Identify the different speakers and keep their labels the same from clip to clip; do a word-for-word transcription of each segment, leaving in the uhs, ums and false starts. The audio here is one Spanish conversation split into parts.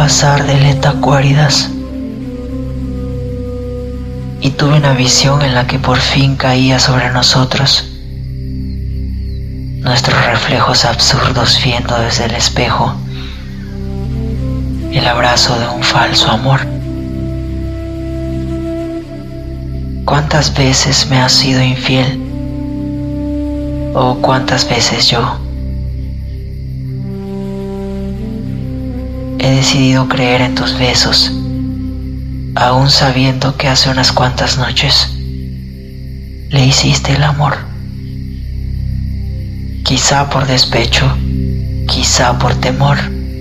Speaker 1: pasar de letacuáridas y tuve una visión en la que por fin caía sobre nosotros, nuestros reflejos absurdos viendo desde el espejo el abrazo de un falso amor. ¿Cuántas veces me has sido infiel? ¿O cuántas veces yo? He decidido creer en tus besos, aún sabiendo que hace unas cuantas noches le hiciste el amor. Quizá por despecho, quizá por temor,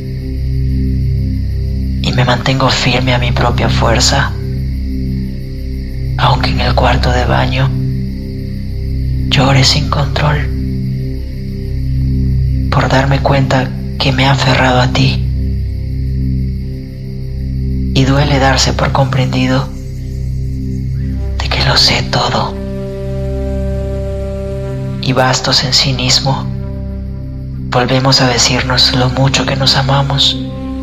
Speaker 1: y me mantengo firme a mi propia fuerza, aunque en el cuarto de baño llore sin control, por darme cuenta que me he aferrado a ti. Y duele darse por comprendido de que lo sé todo. Y bastos en cinismo, volvemos a decirnos lo mucho que nos amamos,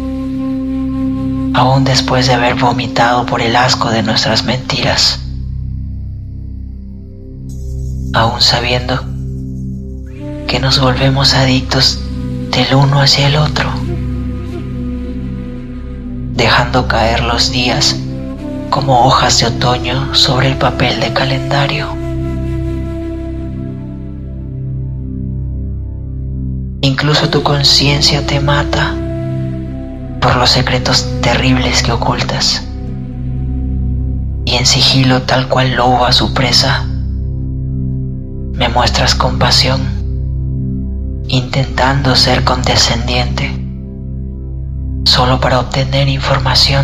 Speaker 1: aún después de haber vomitado por el asco de nuestras mentiras, aún sabiendo que nos volvemos adictos del uno hacia el otro, dejando caer los días como hojas de otoño sobre el papel de calendario. Incluso tu conciencia te mata por los secretos terribles que ocultas, y en sigilo, tal cual lobo a su presa, me muestras compasión, intentando ser condescendiente, solo para obtener información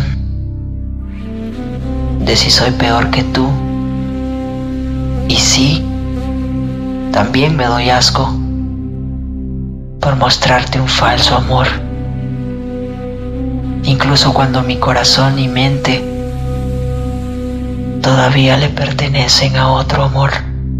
Speaker 1: de si soy peor que tú. Y sí, también me doy asco por mostrarte un falso amor, incluso cuando mi corazón y mente todavía le pertenecen a otro amor.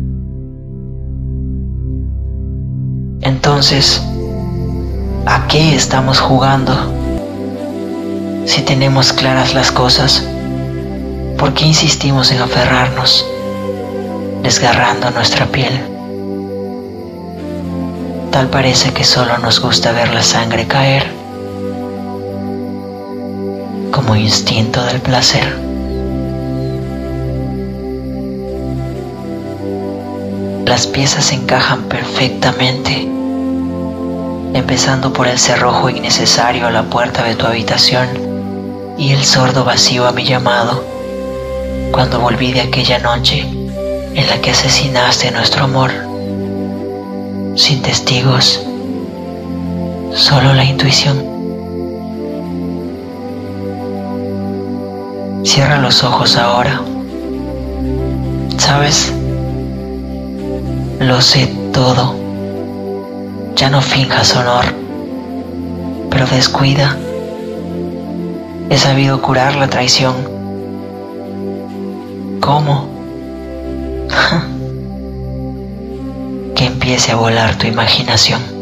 Speaker 1: Entonces, ¿a qué estamos jugando? Si tenemos claras las cosas, ¿por qué insistimos en aferrarnos, desgarrando nuestra piel? Tal parece que solo nos gusta ver la sangre caer, como instinto del placer. Las piezas encajan perfectamente, empezando por el cerrojo innecesario a la puerta de tu habitación y el sordo vacío a mi llamado, cuando volví de aquella noche en la que asesinaste nuestro amor, sin testigos, solo la intuición. Cierra los ojos ahora. ¿Sabes? Lo sé todo. Ya no finjas honor, pero descuida. He sabido curar la traición. ¿Cómo? Que empiece a volar tu imaginación.